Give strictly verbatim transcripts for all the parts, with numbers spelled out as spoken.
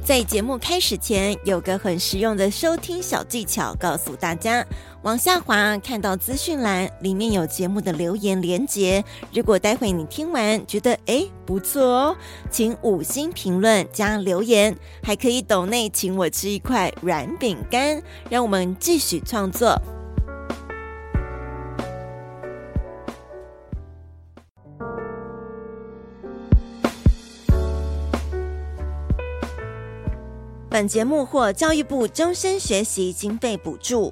在节目开始前，有个很实用的收听小技巧告诉大家，往下滑看到资讯栏，里面有节目的留言连结，如果待会你听完觉得诶不错哦，请五星评论加留言，还可以抖内请我吃一块软饼干，让我们继续创作。本节目获教育部终身学习经费补助。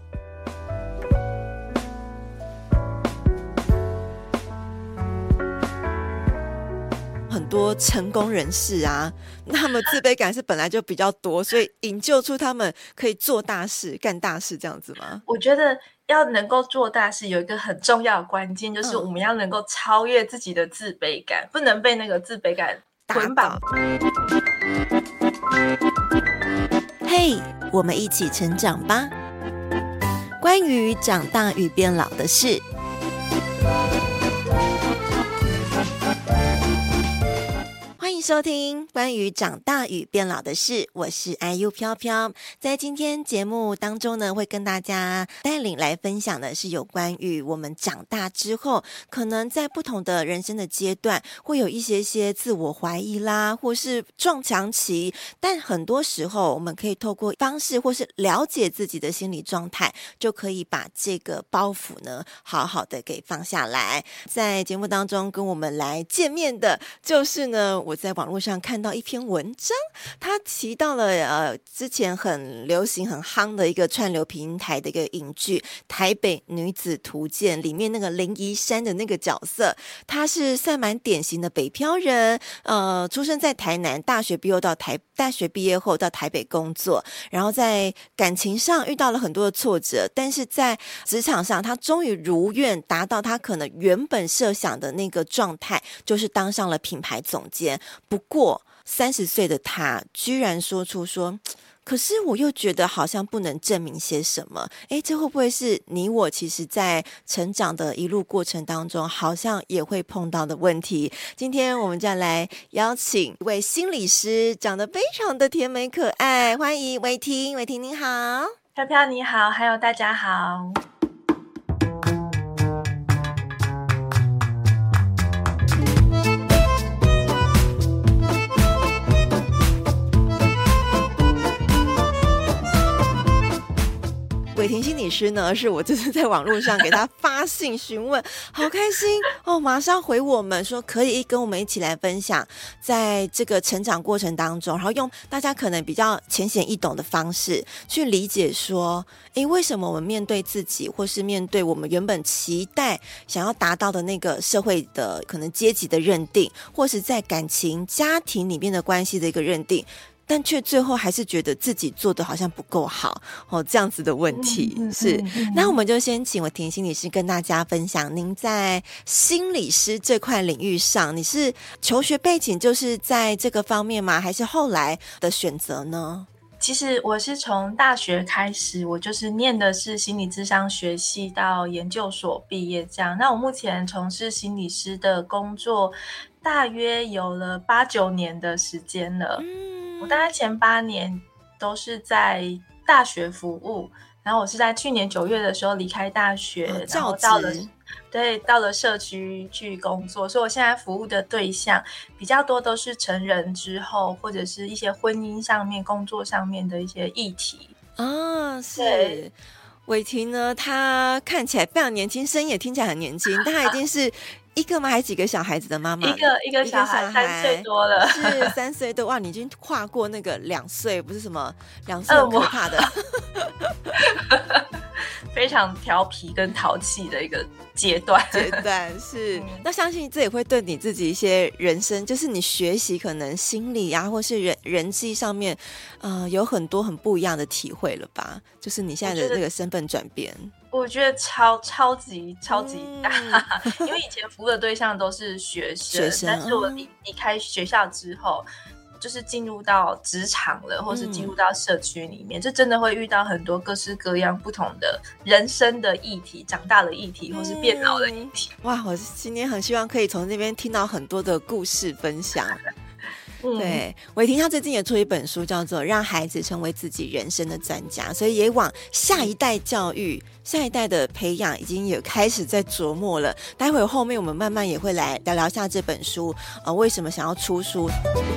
很多成功人士啊，他们自卑感是本来就比较多，所以营救出他们可以做大事干大事这样子吗？ 我觉得要能够做大事有一个很重要的关键，就是我们要能够超越自己的自卑感、嗯、不能被那个自卑感捆绑。 嘿、hey, 我们一起成长吧，关于长大与变老的事。欢迎收听关于长大与变老的事，我是 I U 飘飘。在今天节目当中呢，会跟大家带领来分享的是有关于我们长大之后，可能在不同的人生的阶段，会有一些些自我怀疑啦，或是撞墙期，但很多时候我们可以透过方式或是了解自己的心理状态，就可以把这个包袱呢好好的给放下来。在节目当中跟我们来见面的就是呢，我在网络上看到一篇文章，他提到了呃之前很流行很夯的一个串流平台的一个影剧《台北女子图鉴》里面那个林怡珊的那个角色，她是算蛮典型的北漂人，呃，出生在台南，大学毕业到台大学毕业后到台北工作，然后在感情上遇到了很多的挫折，但是在职场上，她终于如愿达到她可能原本设想的那个状态，就是当上了品牌总监。不过三十岁的他居然说出说，可是我又觉得好像不能证明些什么。诶，这会不会是你我其实在成长的一路过程当中好像也会碰到的问题？今天我们就要来邀请一位心理师，长得非常的甜美可爱，欢迎伟霆。伟霆你好。 飘飘你好，还有大家好。 伟霆心理师呢，是我就是在网络上给他发信询问，好开心哦，马上回我们说可以跟我们一起来分享，在这个成长过程当中，然后用大家可能比较浅显易懂的方式去理解说，诶，为什么我们面对自己，或是面对我们原本期待想要达到的那个社会的可能阶级的认定，或是在感情家庭里面的关系的一个认定，但却最后还是觉得自己做的好像不够好哦，这样子的问题、嗯、是、嗯嗯、那我们就先请伟霆心理师跟大家分享，您在心理师这块领域上，你是求学背景就是在这个方面吗？还是后来的选择呢？ 其实我是从大学开始，我就是念的是心理諮商学系到研究所毕业这样。那我目前从事心理师的工作大约有了八九年的时间了、嗯、我大概前八年都是在大学服务，然后我是在去年九月的时候离开大学、哦、然后到了对到了社区去工作，所以我现在服务的对象比较多都是成人之后，或者是一些婚姻上面工作上面的一些议题啊。是伟霆呢，他看起来非常年轻，声音也听起来很年轻，但他已经是一个吗？还是几个小孩子的妈妈？ 一个一个小孩，三岁多了， 是三岁多哇！你已经跨过那个两岁，不是什么两岁很可怕的， 非常调皮跟淘气的一个阶段。 阶段是、嗯，那相信这也会对你自己一些人生，就是你学习可能心理啊，或是人人际上面，呃，有很多很不一样的体会了吧？就是你现在的这个身份转变。 我觉得超超级超级大、嗯、因为以前服务的对象都是学生, 学生但是我离离开学校之后，就是进入到职场了，或是进入到社区里面、嗯、就真的会遇到很多各式各样不同的人生的议题，长大的议题，或是变老的议题、 嗯、哇，我今天很希望可以从这边听到很多的故事分享嗯、 对，伟霆他最近也出一本书叫做《让孩子成为自己人生的专家》，所以也往下一代教育、下一代的培养已经有开始在琢磨了。待会后面我们慢慢也会来聊聊一下这本书，呃，为什么想要出书。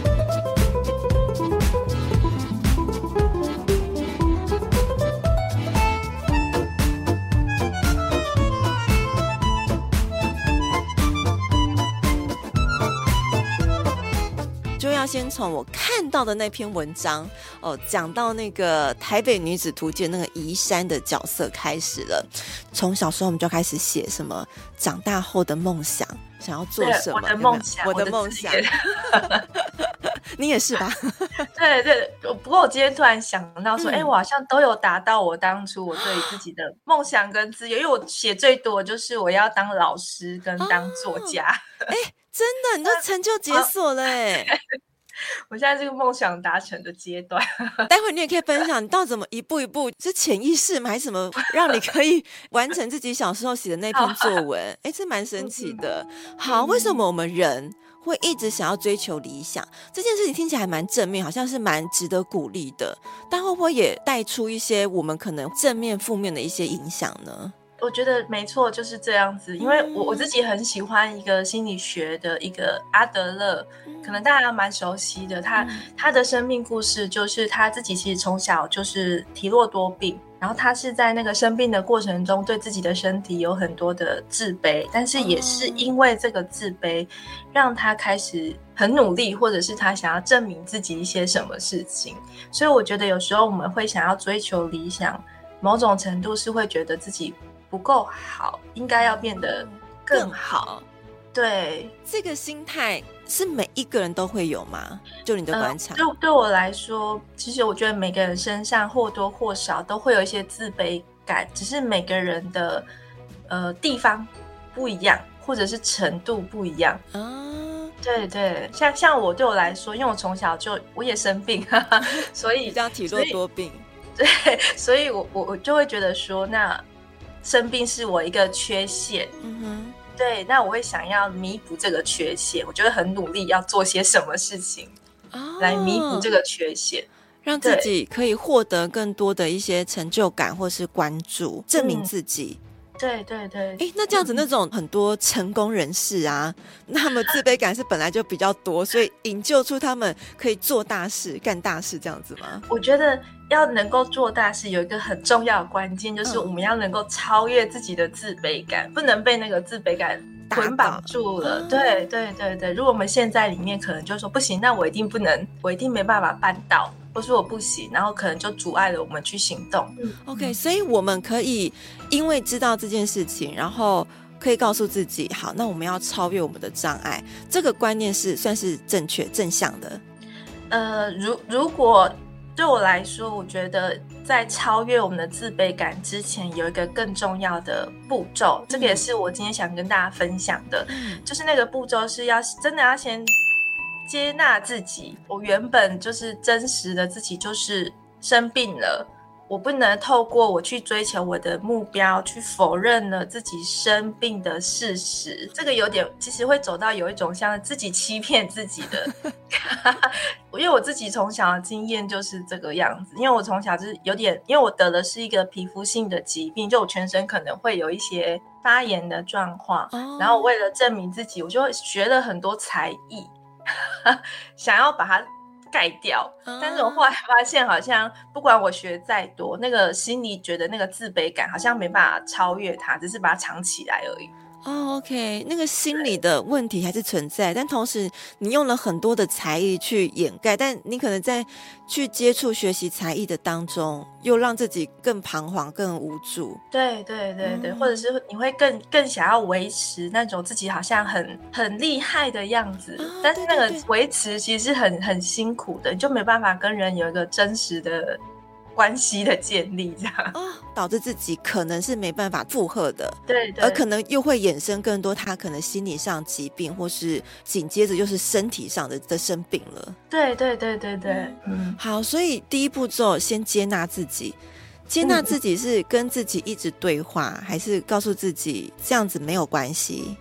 就要先从我看到的那篇文章哦，讲到那个台北女子图鉴那个宜山的角色开始了。从小时候我们就开始写什么长大后的梦想，想要做什么？ 我的梦想， 我的梦想。你也是吧？ 对对，不过我今天突然想到说，哎、 嗯， 我好像都有达到我当初我对自己的梦想跟志愿，因为我写最多就是我要当老师跟当作家。 哎、哦，真的，你都成就解锁了哎！ 我现在这个梦想达成的阶段， 待会你也可以分享，你到底怎么一步一步，是潜意识吗？还是什么让你可以完成自己小时候写的那篇作文？哎，这蛮神奇的。好，为什么我们人会一直想要追求理想？这件事情听起来还蛮正面，好像是蛮值得鼓励的，但会不会也带出一些我们可能正面、负面的一些影响呢？ 我觉得没错，就是这样子。因为我我自己很喜欢一个心理学的一个阿德勒，可能大家蛮熟悉的。他他的生命故事就是他自己其实从小就是体弱多病，然后他是在那个生病的过程中对自己的身体有很多的自卑，但是也是因为这个自卑让他开始很努力，或者是他想要证明自己一些什么事情。所以我觉得有时候我们会想要追求理想，某种程度是会觉得自己不够好，应该要变得更好。更好，对， 这个心态是每一个人都会有吗？就你的观察？ 呃、对, 对我来说，其实我觉得每个人身上或多或少都会有一些自卑感，只是每个人的呃地方不一样，或者是程度不一样啊。对对，像像我对我来说，因为我从小就我也生病，呵呵，所以这样体弱多病。 对，所以我我我就会觉得说，那生病是我一个缺陷，嗯哼，对，那我会想要弥补这个缺陷，我觉得很努力要做些什么事情、哦、来弥补这个缺陷， 让自己可以获得更多的一些成就感或是关注，证明自己、 嗯、对对对。 哎，那这样子那种很多成功人士啊，那他们自卑感是本来就比较多，所以营救出他们可以做大事干大事这样子吗？ 我觉得要能够做大事有一个很重要的关键，就是我们要能够超越自己的自卑感、嗯、不能被那个自卑感捆绑住了。对对对对，如果我们现在里面可能就说不行，那我一定不能，我一定没办法办到，或是我不行，然后可能就阻碍了我们去行动、嗯、 OK， 所以我们可以因为知道这件事情，然后可以告诉自己，好，那我们要超越我们的障碍，这个观念是算是正确正向的。 呃，如如果对我来说，我觉得在超越我们的自卑感之前，有一个更重要的步骤，这个也是我今天想跟大家分享的、嗯、就是那个步骤是要真的要先接纳自己，我原本就是真实的自己就是生病了，我不能透过我去追求我的目标去否认了自己生病的事实，这个有点其实会走到有一种像自己欺骗自己的因为我自己从小的经验就是这个样子，因为我从小就是有点，因为我得的是一个皮肤性的疾病，就我全身可能会有一些发炎的状况、哦、然后为了证明自己，我就学了很多才艺想要把它盖掉，但是我后来发现好像不管我学再多，那个心里觉得那个自卑感好像没办法超越它，只是把它藏起来而已。 哦、oh, OK， 那个心理的问题还是存在，但同时你用了很多的才艺去掩盖，但你可能在去接触学习才艺的当中又让自己更彷徨更无助。 对对对对、嗯、或者是你会更更想要维持那种自己好像很很厉害的样子、啊、但是那个维持其实是很很辛苦的，你就没办法跟人有一个真实的关系的建立，这样、哦、 导致自己可能是没办法负荷的， 对对， 而可能又会衍生更多他可能心理上疾病，或是紧接着就是身体上 的, 的生病了。 对对对对对， 嗯，好，所以第一步骤先接纳自己，接纳自己是跟自己一直对话、嗯、还是告诉自己这样子没有关系？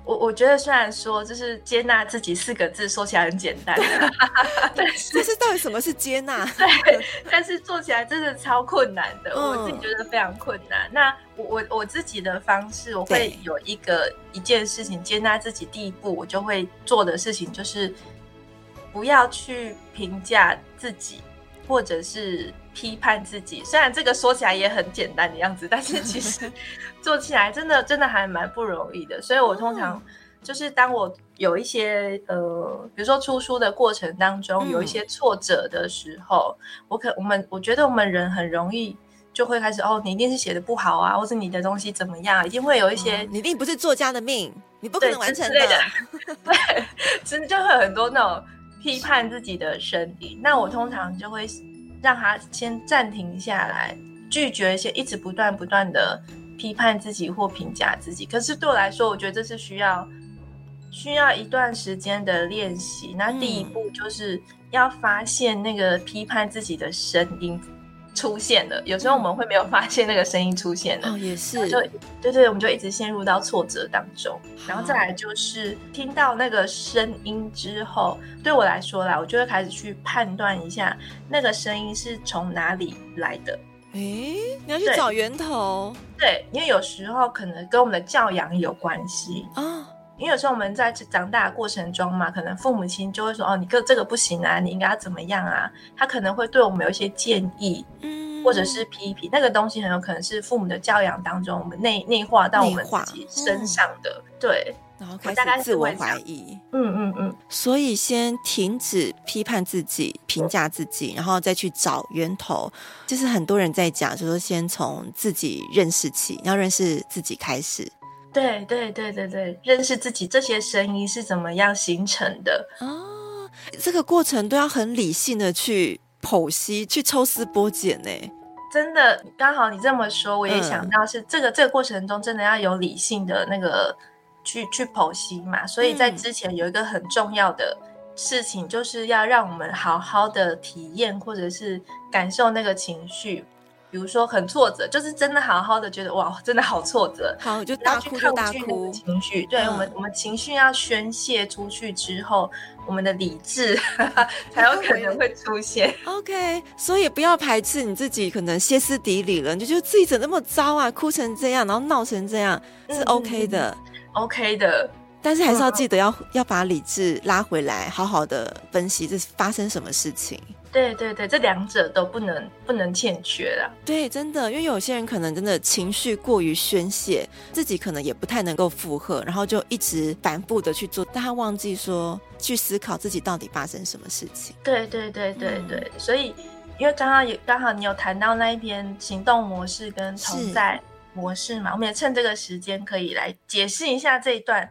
我我觉得虽然说就是接纳自己四个字说起来很简单，但是这是到底什么是接纳？ 对，但是做起来真的超困难的，嗯、我自己觉得非常困难。那我我我自己的方式，我会有一个一件事情接纳自己，第一步我就会做的事情就是不要去评价自己，或者是批判自己。虽然这个说起来也很简单的样子，但是其实做起来真的真的还蛮不容易的。所以我通常就是当我有一些呃，比如说出书的过程当中有一些挫折的时候，嗯、我可我们我觉得我们人很容易就会开始哦，你一定是写的不好啊，或是你的东西怎么样，一定会有一些、 哦、你一定不是作家的命，你不可能完成的。 对，真的就会有很多那种批判自己的声音。那我通常就会让他先暂停下来，拒绝一些一直不断不断的批判自己或评价自己。可是对我来说，我觉得这是需要需要一段时间的练习。那第一步就是要发现那个批判自己的声音出现了，有时候我们会没有发现那个声音出现了， 哦，也是， 就对对，我们就一直陷入到挫折当中。然后再来就是听到那个声音之后，对我来说啦，我就会开始去判断一下那个声音是从哪里来的。 诶，你要去找源头。 对，因为有时候可能跟我们的教养有关系啊。哦，因为有时候我们在长大的过程中嘛，可能父母亲就会说哦，你这个不行啊，你应该要怎么样啊，他可能会对我们有一些建议，嗯，或者是批评，那个东西很有可能是父母的教养当中我们内内化到我们自己身上的，嗯、对， 然后开始自我怀疑， 嗯嗯嗯， 所以先停止批判自己、评价自己，然后再去找源头。就是很多人在讲，就是说先从自己认识起，要认识自己开始。 对对对对对，认识自己这些声音是怎么样形成的哦，这个过程都要很理性的去剖析、去抽丝剥茧呢。 真的，刚好你这么说，我也想到是这个、嗯、这个过程中真的要有理性的那个去去剖析嘛。所以在之前有一个很重要的事情，就是要让我们好好的体验或者是感受那个情绪。比如说很挫折，就是真的好好的觉得哇，真的好挫折， 好就大哭就大哭， 情绪对、嗯、我们我们情绪要宣泄出去之后，我们的理智才有可能会出现。 OK， 所以不要排斥你自己，可能歇斯底里了，你就觉得自己怎么那么糟啊，哭成这样，然后闹成这样，是 OK 的、嗯、 ，OK 的。 但是还是要记得要、嗯、要把理智拉回来，好好的分析这发生什么事情。 对对对，这两者都不能不能欠缺啦。 对，真的，因为有些人可能真的情绪过于宣泄，自己可能也不太能够负荷，然后就一直反复的去做，但他忘记说去思考自己到底发生什么事情。 对对对对对、嗯、所以因为刚刚也刚好你有谈到那一篇行动模式跟同在模式嘛，我们也趁这个时间可以来解释一下这一段。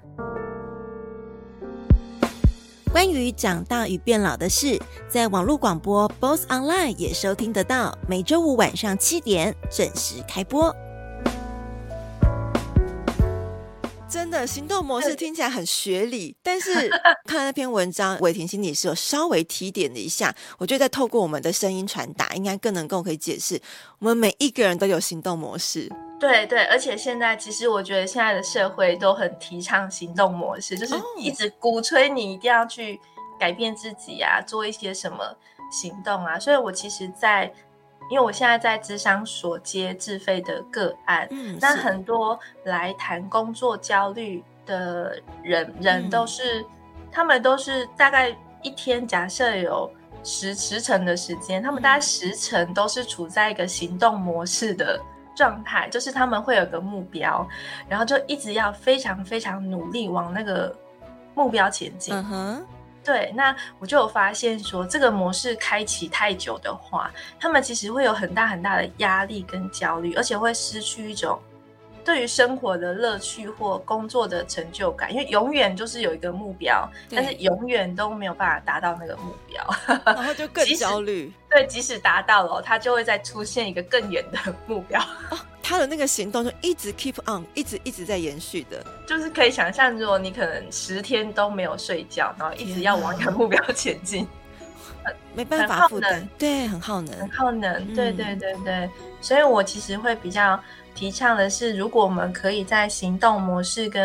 关于长大与变老的事，在网络广播 B O S S Online 也收听得到，每周五晚上七点准时开播。真的，行动模式听起来很学理，但是看那篇文章，伟霆心理师有稍微提点了一下，我觉得在透过我们的声音传达，应该更能够可以解释，我们每一个人都有行动模式。 对对，而且现在其实我觉得现在的社会都很提倡行动模式，就是一直鼓吹你一定要去改变自己啊，做一些什么行动啊。所以我其实在因为我现在在諮商所接自费的个案，嗯，那很多来谈工作焦虑的人人都是、嗯、他们都是大概一天假设有十十成的时间，他们大概十成都是处在一个行动模式的状态，就是他们会有个目标，然后就一直要非常非常努力往那个目标前进。嗯哼，对，那我就有发现说，这个模式开启太久的话，他们其实会有很大很大的压力跟焦虑，而且会失去一种对于生活的乐趣或工作的成就感，因为永远就是有一个目标，但是永远都没有办法达到那个目标， 然后就更焦虑。 对，即使达到了，他就会再出现一个更远的目标。 哦，他的那个行动就一直 keep on， 一直一直在延续的。 就是可以想象，如果你可能十天都没有睡觉，然后一直要往一个目标前进， 没办法负担，对，很耗能， 很耗能，嗯、对对对对。所以我其实会比较提倡的是，如果我们可以在行动模式跟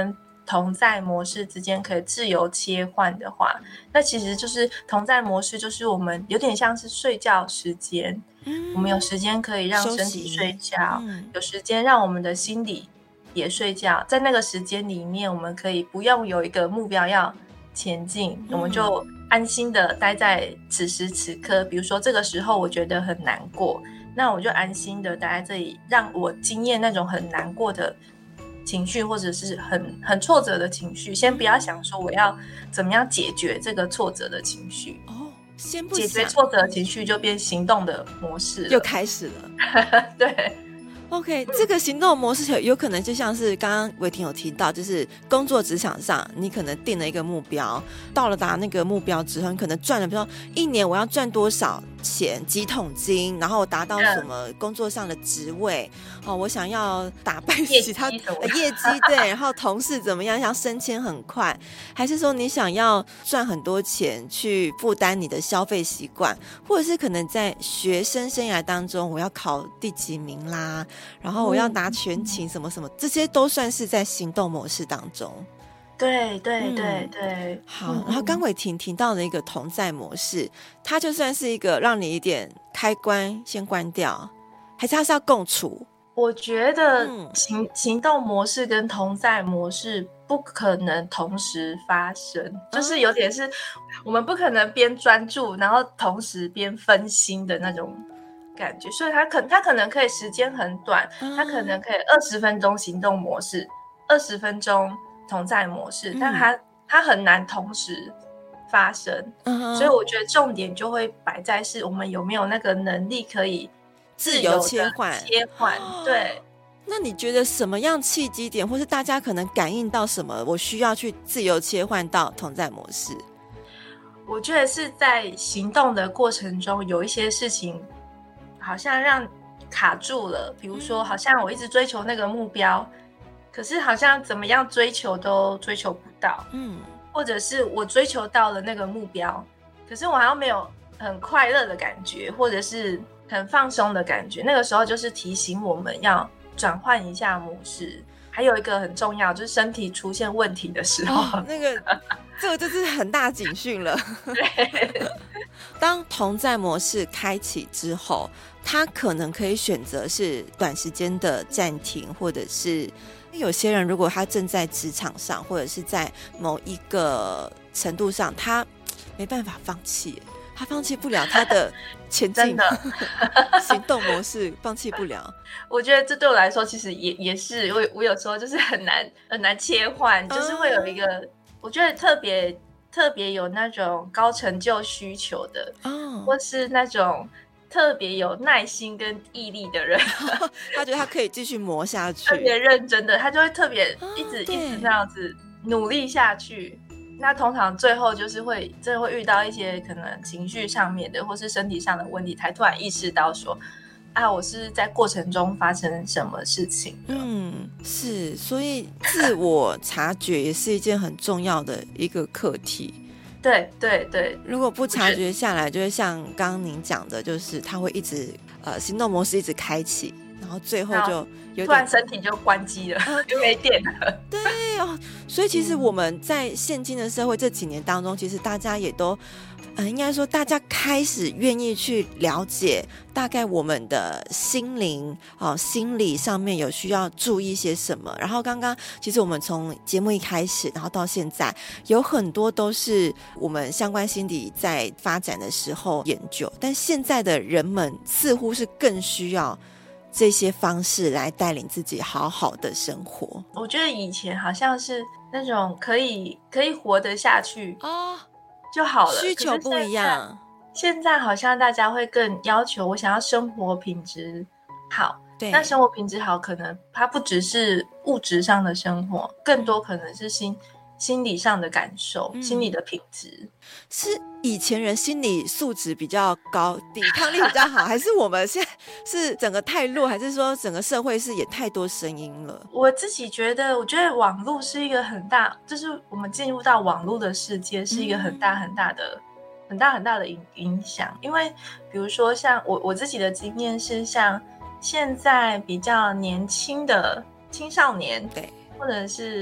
同在模式之间可以自由切换的话，那其实就是同在模式，就是我们有点像是睡觉时间，嗯，我们有时间可以让身体睡觉，嗯，有时间让我们的心理也睡觉，在那个时间里面，我们可以不用有一个目标要前进，嗯，我们就安心的待在此时此刻。比如说这个时候我觉得很难过，那我就安心的待在这里，让我经验那种很难过的情绪，或者是很很挫折的情绪，先不要想说我要怎么样解决这个挫折的情绪哦，先不解决挫折的情绪就变行动的模式了， 又开始了对 OK， 这个行动模式有可能就像是刚刚伟霆有提到，就是工作职场上你可能定了一个目标，到了达那个目标之后，你可能赚了，比如说一年我要赚多少钱几桶金，然后达到什么工作上的职位，哦，我想要打败其他业绩、 呃、业绩对，然后同事怎么样，想升迁很快，还是说你想要赚很多钱去负担你的消费习惯，或者是可能在学生生涯当中我要考第几名啦，然后我要拿全勤什么什么，嗯，这些都算是在行动模式当中。 对对对对，嗯， 好。然后刚伟霆提到的一个同在模式，它就算是一个让你一点开关先关掉，还是它是要共处？ 我觉得行、嗯、行动模式跟同在模式不可能同时发生，嗯，就是有点是我们不可能边专注然后同时边分心的那种感觉，所以它可它可能可以时间很短，嗯，它可能可以二十分钟行动模式，二十分钟同在模式，嗯，但它它很难同时发生，嗯，所以我觉得重点就会摆在是我们有没有那个能力可以自由切换切换，哦，对。 那你觉得什么样契机点，或是大家可能感应到什么，我需要去自由切换到同在模式？ 我觉得是在行动的过程中有一些事情好像让卡住了，比如说好像我一直追求那个目标，可是好像怎么样追求都追求不到，嗯，或者是我追求到了那个目标，可是我好像没有很快乐的感觉，或者是很放松的感觉，那个时候就是提醒我们要转换一下模式。还有一个很重要，就是身体出现问题的时候， 哦，那个这个就是很大警讯了。对，当同在模式开启之后，他可能可以选择是短时间的暂停，或者是有些人如果他正在职场上，或者是在某一个程度上，他没办法放弃，他放弃不了他的前进的行动模式，放弃不了。 我觉得这对我来说其实也也是我我有时候就是很难很难切换，就是会有一个，嗯，我觉得特别特别有那种高成就需求的，哦，或是那种特别有耐心跟毅力的人， 哦，他觉得他可以继续磨下去， 特别认真的，他就会特别一直，哦，一直那样子努力下去。那通常最后就是会真的会遇到一些可能情绪上面的或是身体上的问题，才突然意识到说啊，我是在过程中发生什么事情的。嗯， 是，所以自我察觉也是一件很重要的一个课题。 对对对， 如果不察觉下来，就会像刚刚您讲的，就是他会一直呃行动模式一直开启，然后最后就有点突然身体就关机了，呃、就没电了。 对哦，所以其实我们在现今的社会这几年当中，其实大家也都。呃，应该说大家开始愿意去了解大概我们的心灵、哦、心理上面有需要注意些什么。然后刚刚其实我们从节目一开始然后到现在有很多都是我们相关心理在发展的时候研究，但现在的人们似乎是更需要这些方式来带领自己好好的生活。 我觉得以前好像是那种可以可以活得下去哦就好了， 需求不一样。 现在好像大家会更要求我想要生活品质好，对，那生活品质好可能它不只是物质上的生活，更多可能是心心理上的感受、嗯、心理的品质。 是以前人心理素质比较高，抵抗力比较好，还是我们现在是整个太弱，还是说整个社会是也太多声音了？ 我自己觉得，我觉得网络是一个很大，就是我们进入到网络的世界是一个很大很大的、嗯、很大很大的影影响。因为比如说像我我自己的经验是，像现在比较年轻的青少年，对，或者是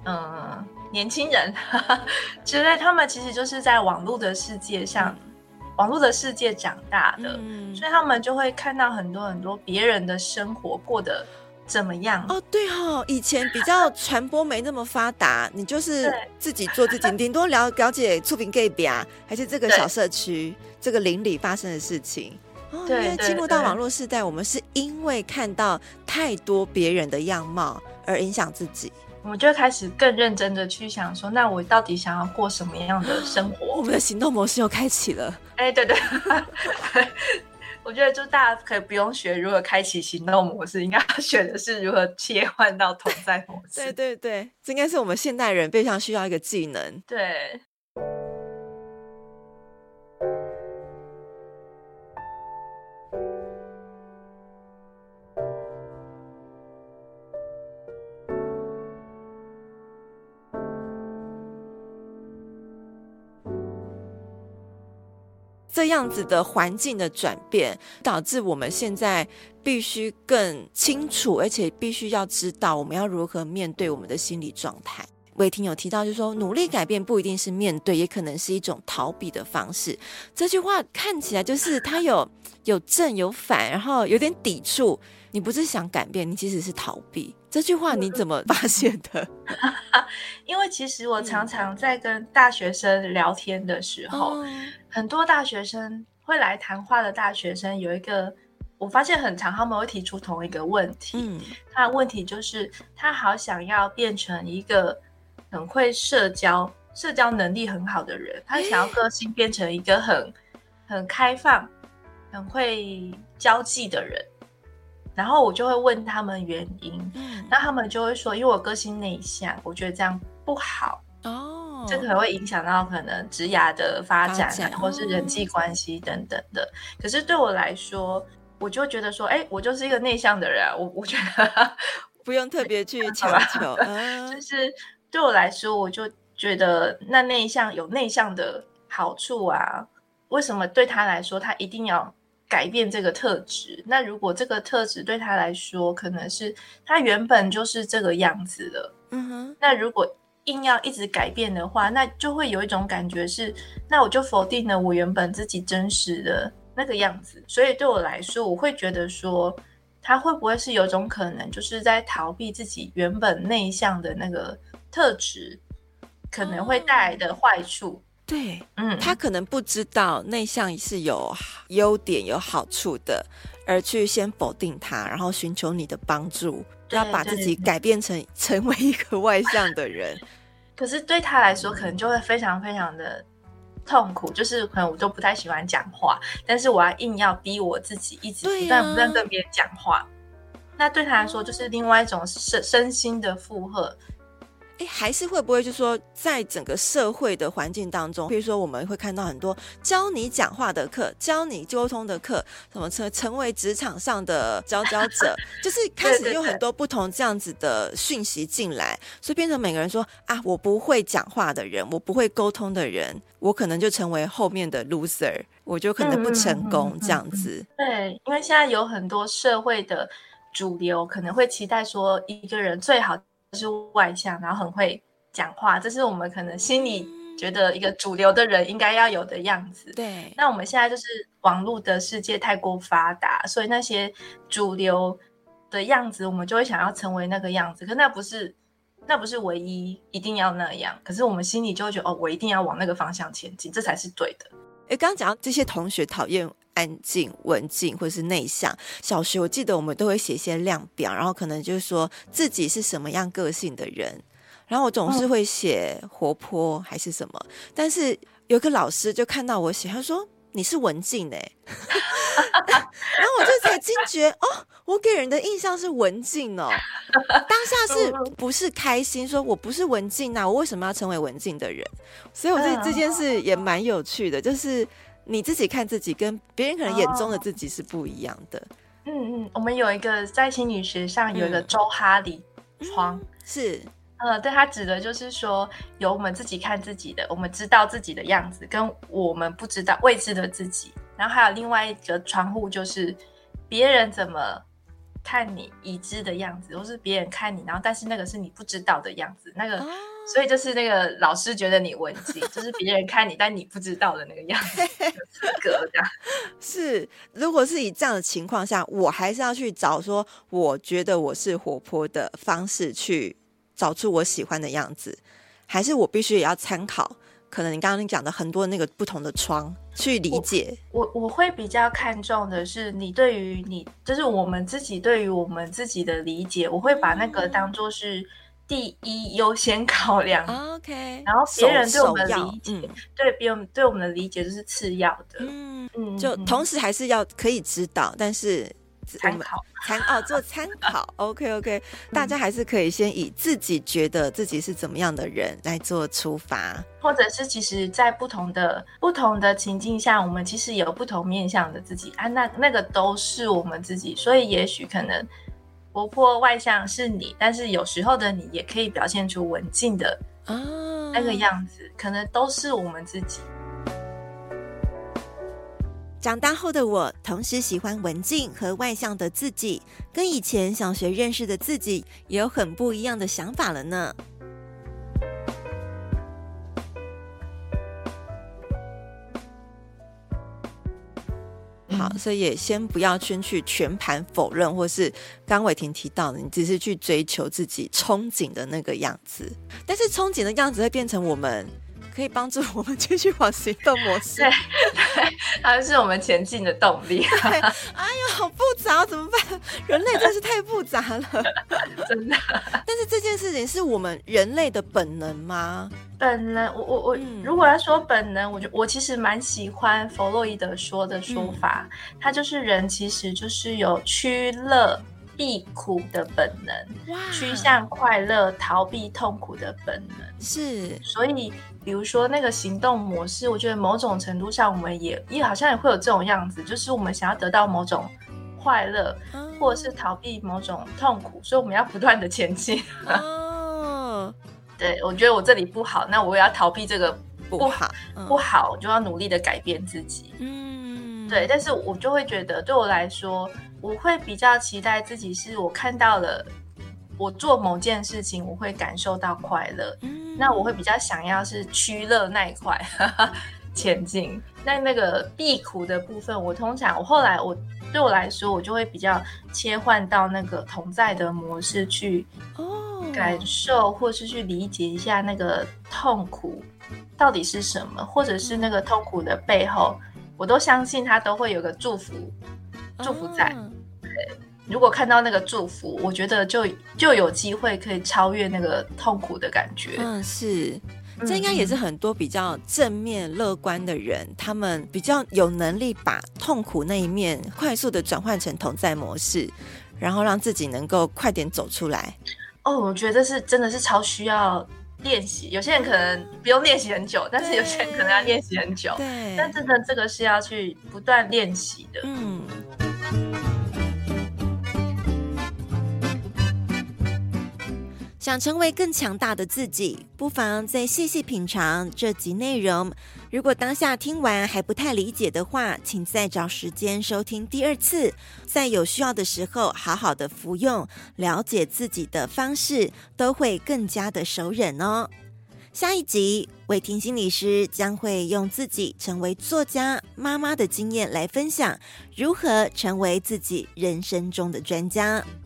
嗯年轻人之类，他们其实就是在网络的世界上、嗯、网络的世界长大的、嗯、所以他们就会看到很多很多别人的生活过得怎么样。 哦，对哦，以前比较传播没那么发达，你就是自己做自己，顶多了了解厝边隔壁啊，还是这个小社区这个邻里发生的事情。哦，因为进入到网络时代，我们是因为看到太多别人的样貌而影响自己， 我们就会开始更认真的去想说，那我到底想要过什么样的生活？ 我们的行动模式又开启了。 哎，对对我觉得就大家可以不用学如何开启行动模式，应该要学的是如何切换到同在模式。 对对对，这应该是我们现代人非常需要一个技能。 对。 这样子的环境的转变，导致我们现在必须更清楚，而且必须要知道我们要如何面对我们的心理状态。伟霆有提到就是说，努力改变不一定是面对，也可能是一种逃避的方式。这句话看起来就是它有有正有反，然后有点抵触。你不是想改变，你其实是逃避。这句话你怎么发现的？ 因为其实我常常在跟大学生聊天的时候、嗯、很多大学生会来谈话的大学生有一个我发现很常他们会提出同一个问题、嗯、他的问题就是他好想要变成一个很会社交社交能力很好的人，他想要个性变成一个很很开放很会交际的人，然后我就会问他们原因、嗯、那他们就会说因为我个性内向，我觉得这样不好哦，这可能会影响到可能职涯的发展, 发展或是人际关系等等的、哦、可是对我来说我就觉得说哎，我就是一个内向的人、啊、我, 我觉得不用特别去强求、 嗯、就是对我来说我就觉得那内向有内向的好处啊，为什么对他来说他一定要改变这个特质？那如果这个特质对他来说可能是他原本就是这个样子的、嗯、哼，那如果硬要一直改变的话，那就会有一种感觉是那我就否定了我原本自己真实的那个样子。所以对我来说我会觉得说他会不会是有种可能就是在逃避自己原本内向的那个特质可能会带来的坏处、哦， 对，嗯，他可能不知道内向是有优点有好处的，而去先否定它，然后寻求你的帮助，要把自己改变成成为一个外向的人。 可是对他来说可能就会非常非常的痛苦，就是可能我都不太喜欢讲话，但是我要硬要逼我自己一直不断不断跟别人讲话、啊、那对他来说就是另外一种身心的负荷。 还是会不会就是说在整个社会的环境当中，比如说我们会看到很多教你讲话的课，教你沟通的课，什么成成为职场上的佼佼者就是开始有很多不同这样子的讯息进来，所以变成每个人说啊，我不会讲话的人，我不会沟通的人，我可能就成为后面的 loser， 我就可能不成功、嗯、这样子。 对，因为现在有很多社会的主流可能会期待说一个人最好是外向，然后很会讲话，这是我们可能心里觉得一个主流的人应该要有的样子。 对， 那我们现在就是网络的世界太过发达，所以那些主流的样子我们就会想要成为那个样子，可那不是那不是唯一一定要那样，可是我们心里就会觉得哦，我一定要往那个方向前进，这才是对的。 诶，刚刚讲到这些同学讨厌安静文静或是内向，小学我记得我们都会写一些量表，然后可能就是说自己是什么样个性的人，然后我总是会写活泼还是什么、嗯、但是有个老师就看到我写，他说你是文静耶然后我就才惊觉哦，我给人的印象是文静哦，当下是不是开心说我不是文静啊，我为什么要成为文静的人？所以我觉得这件事也蛮有趣的，就是你自己看自己跟别人可能眼中的自己是不一样的。 嗯嗯，我们有一个在心理学上有一个周哈里窗、嗯、 是呃，对，它指的就是说有我们自己看自己的，我们知道自己的样子跟我们不知道未知的自己，然后还有另外一个窗户就是别人怎么看你已知的样子，或是别人看你，然后但是那个是你不知道的样子，那个、 哦、 所以就是那个老师觉得你文静，就是别人看你但你不知道的那个样子的资格这样。 是，如果是以这样的情况下，我还是要去找说我觉得我是活泼的方式去找出我喜欢的样子，还是我必须也要参考可能你刚刚讲的很多那个不同的窗去理解？ 我 我, 我会比较看重的是你对于你，就是我们自己对于我们自己的理解，我会把那个当作是第一优先考量、 嗯、OK， 然后别人对我们的理解、 嗯、 对别人对我们的理解就是次要的。 嗯嗯，就同时还是要可以知道，但是参考参哦做参考OK OK， 大家还是可以先以自己觉得自己是怎么样的人来做出发， 或者是其实在不同的不同的情境下，我们其实有不同面向的自己啊，那那个都是我们自己，所以也许可能活泼外向是你，但是有时候的你也可以表现出文静的那个样子、哦、可能都是我们自己。 长大后的我同时喜欢文静和外向的自己，跟以前小学认识的自己也有很不一样的想法了呢。好，所以也先不要先去全盘否认，或是刚伟霆提到的，你只是去追求自己憧憬的那个样子，但是憧憬的样子会变成我们可以帮助我们继续往行动模式， 对对，它是我们前进的动力。 哎呦，好复杂，怎么办？人类真是太复杂了， 真的。 但是这件事情是我们人类的本能吗？ 本能，我我我、嗯，如果要说本能，我就我其实蛮喜欢弗洛伊德说的说法，嗯、他就是人其实就是有趋乐避苦的本能，趋向快乐、逃避痛苦的本能。 是， 所以比如说那个行动模式，我觉得某种程度上我们也也好像也会有这种样子，就是我们想要得到某种快乐，嗯、或者是逃避某种痛苦，所以我们要不断的前进。哦，对，我觉得我这里不好，那我也要逃避这个不好，不好，嗯、不好我就要努力的改变自己。嗯，对，但是我就会觉得对我来说，我会比较期待自己是我看到了我做某件事情我会感受到快乐、嗯、那我会比较想要是趋乐那一块前进。那那个避苦的部分，我通常我后来我对我来说我就会比较切换到那个同在的模式去感受或是去理解一下那个痛苦到底是什么，或者是那个痛苦的背后我都相信它都会有个祝福祝福在、哦、对，如果看到那个祝福，我觉得就就有机会可以超越那个痛苦的感觉。 嗯，是，这应该也是很多比较正面乐观的人、嗯、他们比较有能力把痛苦那一面快速的转换成同在模式，然后让自己能够快点走出来。 哦，我觉得是真的是超需要练习，有些人可能不用练习很久，但是有些人可能要练习很久。对，但真的这个是要去不断练习的。嗯。 想成为更强大的自己，不妨再细细品尝这集内容。如果当下听完还不太理解的话，请再找时间收听第二次，在有需要的时候好好的服用，了解自己的方式都会更加的熟稔哦。下一集，伟霆心理师将会用自己成为作家、妈妈的经验来分享，如何成为自己人生中的专家。